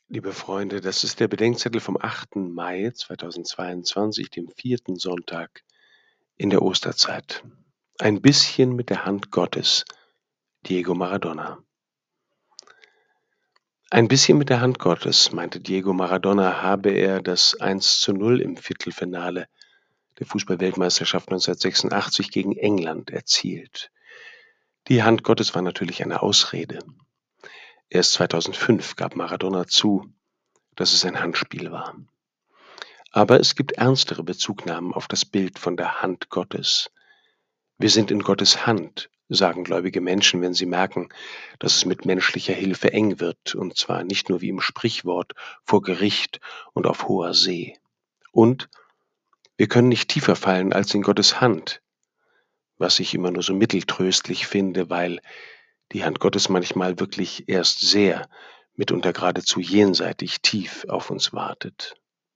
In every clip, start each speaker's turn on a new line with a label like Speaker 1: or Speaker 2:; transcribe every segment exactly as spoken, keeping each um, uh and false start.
Speaker 1: Liebe Freunde, das ist der Bedenkzettel vom achten Mai zweitausendzweiundzwanzig, dem vierten Sonntag in der Osterzeit. Ein bisschen mit der Hand Gottes, Diego Maradona. Ein bisschen mit der Hand Gottes, meinte Diego Maradona, habe er das eins zu null im Viertelfinale der Fußball-Weltmeisterschaft neunzehnhundertsechsundachtzig gegen England erzielt. Die Hand Gottes war natürlich eine Ausrede. Erst zweitausendfünf gab Maradona zu, dass es ein Handspiel war. Aber es gibt ernstere Bezugnahmen auf das Bild von der Hand Gottes. Wir sind in Gottes Hand, sagen gläubige Menschen, wenn sie merken, dass es mit menschlicher Hilfe eng wird, und zwar nicht nur wie im Sprichwort vor Gericht und auf hoher See. Und wir können nicht tiefer fallen als in Gottes Hand, was ich immer nur so mitteltröstlich finde, weil die Hand Gottes manchmal wirklich erst sehr, mitunter geradezu jenseitig tief auf uns wartet.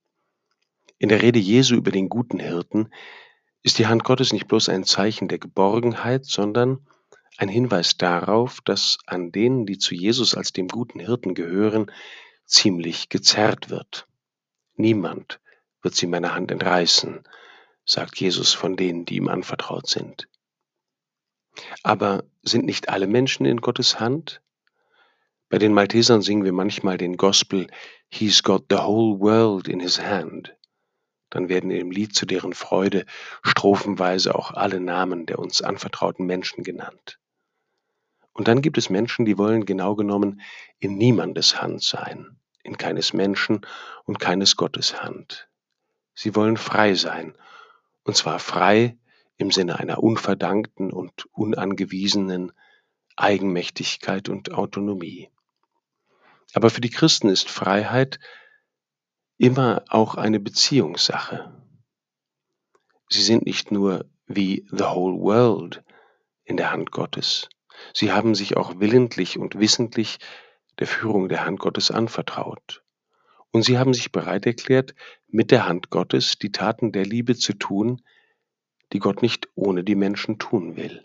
Speaker 1: In der Rede Jesu über den guten Hirten ist die Hand Gottes nicht bloß ein Zeichen der Geborgenheit, sondern ein Hinweis darauf, dass an denen, die zu Jesus als dem guten Hirten gehören, ziemlich gezerrt wird. Niemand wird sie meiner Hand entreißen, sagt Jesus von denen, die ihm anvertraut sind. Aber sind nicht alle Menschen in Gottes Hand? Bei den Maltesern singen wir manchmal den Gospel He's got the whole world in his hand. Dann werden im Lied zu deren Freude strophenweise auch alle Namen der uns anvertrauten Menschen genannt. Und dann gibt es Menschen, die wollen genau genommen in niemandes Hand sein, in keines Menschen und keines Gottes Hand. Sie wollen frei sein, und zwar frei im Sinne einer unverdankten und unangewiesenen Eigenmächtigkeit und Autonomie. Aber für die Christen ist Freiheit immer auch eine Beziehungssache. Sie sind nicht nur wie the whole world in der Hand Gottes. Sie haben sich auch willentlich und wissentlich der Führung der Hand Gottes anvertraut. Und sie haben sich bereit erklärt, mit der Hand Gottes die Taten der Liebe zu tun, die Gott nicht ohne die Menschen tun will.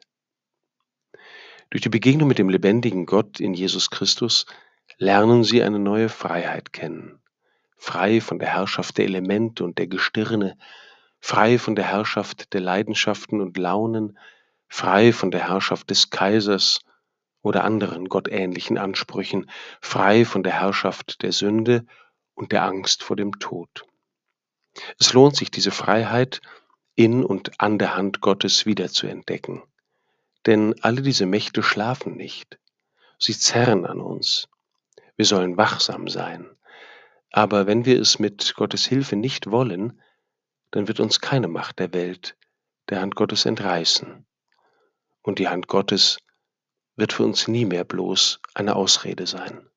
Speaker 1: Durch die Begegnung mit dem lebendigen Gott in Jesus Christus lernen sie eine neue Freiheit kennen. Frei von der Herrschaft der Elemente und der Gestirne, frei von der Herrschaft der Leidenschaften und Launen, frei von der Herrschaft des Kaisers oder anderen gottähnlichen Ansprüchen, frei von der Herrschaft der Sünde und der Angst vor dem Tod. Es lohnt sich, diese Freiheit in und an der Hand Gottes wiederzuentdecken. Denn alle diese Mächte schlafen nicht. Sie zerren an uns. Wir sollen wachsam sein. Aber wenn wir es mit Gottes Hilfe nicht wollen, dann wird uns keine Macht der Welt der Hand Gottes entreißen. Und die Hand Gottes wird für uns nie mehr bloß eine Ausrede sein.